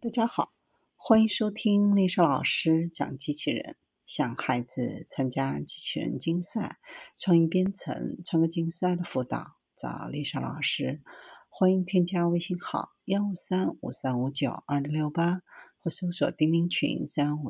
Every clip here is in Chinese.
大家好，欢迎收听丽莎老师讲机器人。想孩子参加机器人竞赛、创意编程、创客竞赛的辅导，找丽莎老师。欢迎添加微信号15353592668，或搜索钉钉群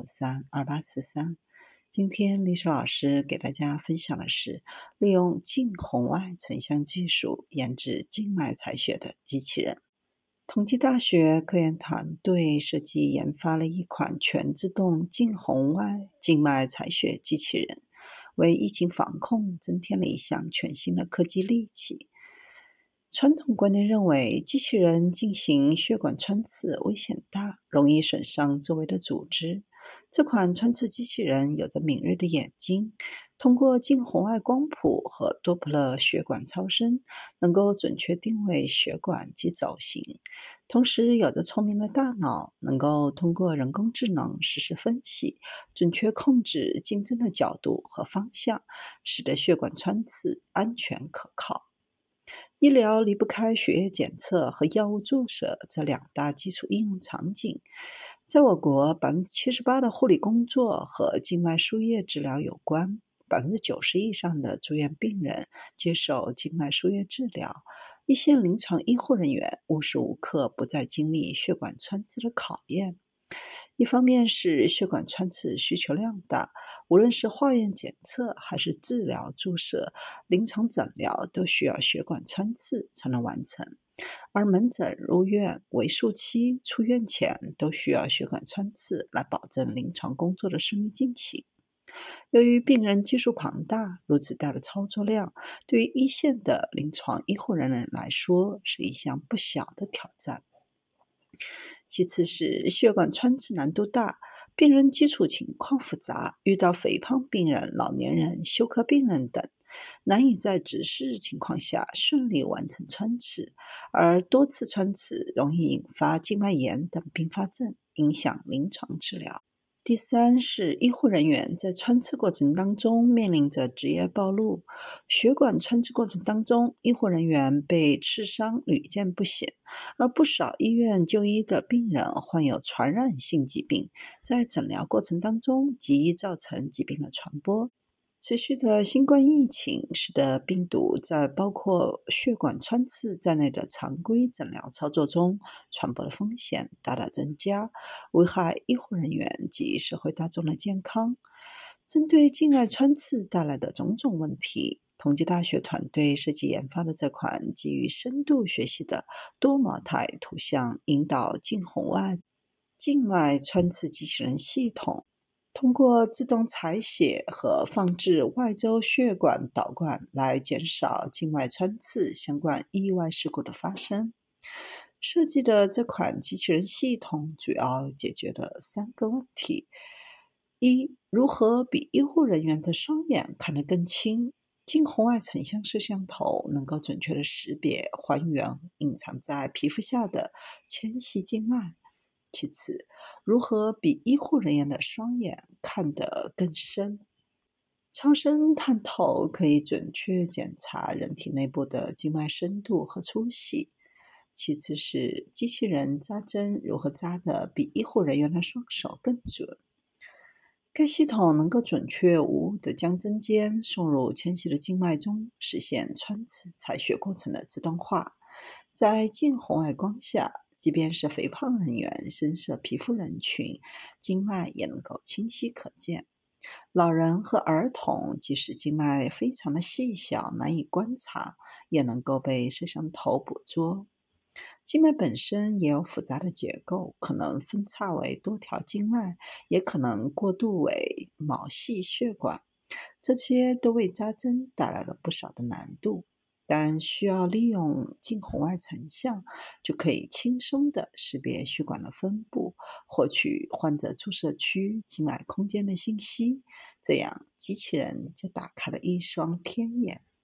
353283。今天丽莎老师给大家分享的是利用近红外成像技术研制静脉采血的机器人。同济大学科研团队设计研发了一款全自动近红外静脉采血机器人，为疫情防控增添了一项全新的科技利器。传统观念认为，机器人进行血管穿刺危险大，容易损伤周围的组织。这款穿刺机器人有着敏锐的眼睛，通过近红外光谱和多普勒血管超声，能够准确定位血管及走形。同时有着聪明的大脑，能够通过人工智能实时分析，准确控制竞争的角度和方向，使得血管穿刺安全可靠。医疗离不开血液检测和药物注射这两大基础应用场景。在我国，78%的护理工作和静脉输液治疗有关，90%以上的住院病人接受静脉输液治疗。一线临床医护人员无时无刻不在经历血管穿刺的考验。一方面是血管穿刺需求量大，无论是化验检测还是治疗注射、临床诊疗都需要血管穿刺才能完成，而门诊、入院、为数期、出院前都需要血管穿刺来保证临床工作的顺利进行。由于病人基数庞大，如此大的操作量，对于一线的临床医护人员来说是一项不小的挑战。其次是血管穿刺难度大，病人基础情况复杂，遇到肥胖病人、老年人、休克病人等，难以在指示情况下顺利完成穿刺，而多次穿刺容易引发静脉炎等并发症，影响临床治疗。第三是医护人员在穿刺过程当中面临着职业暴露。血管穿刺过程当中，医护人员被刺伤屡见不鲜，而不少医院就医的病人患有传染性疾病，在诊疗过程当中极易造成疾病的传播。持续的新冠疫情使得病毒在包括血管穿刺在内的常规诊疗操作中传播的风险大大增加，危害医护人员及社会大众的健康。针对静脉穿刺带来的种种问题，同济大学团队设计研发的这款基于深度学习的多模态图像引导近红外静脉穿刺机器人系统，通过自动采血和放置外周血管导管来减少静脉穿刺相关意外事故的发生。设计的这款机器人系统主要解决了3个问题：一、如何比医护人员的双眼看得更清？近红外成像摄像头能够准确地识别、还原隐藏在皮肤下的纤细静脉。其次，如何比医护人员的双眼看得更深？超声探头可以准确检查人体内部的静脉深度和粗细。其次是机器人扎针如何扎得比医护人员的双手更准。该系统能够准确无误地将针尖送入纤细的静脉中，实现穿刺采血过程的自动化。在近红外光下，即便是肥胖人员、深色皮肤人群，静脉也能够清晰可见。老人和儿童即使静脉非常的细小，难以观察，也能够被摄像头捕捉。静脉本身也有复杂的结构，可能分叉为多条静脉，也可能过渡为毛细血管，这些都为扎针带来了不少的难度。但需要利用近红外成像，就可以轻松地识别血管的分布，获取患者注射区、静脉空间的信息，这样机器人就打开了一双天眼。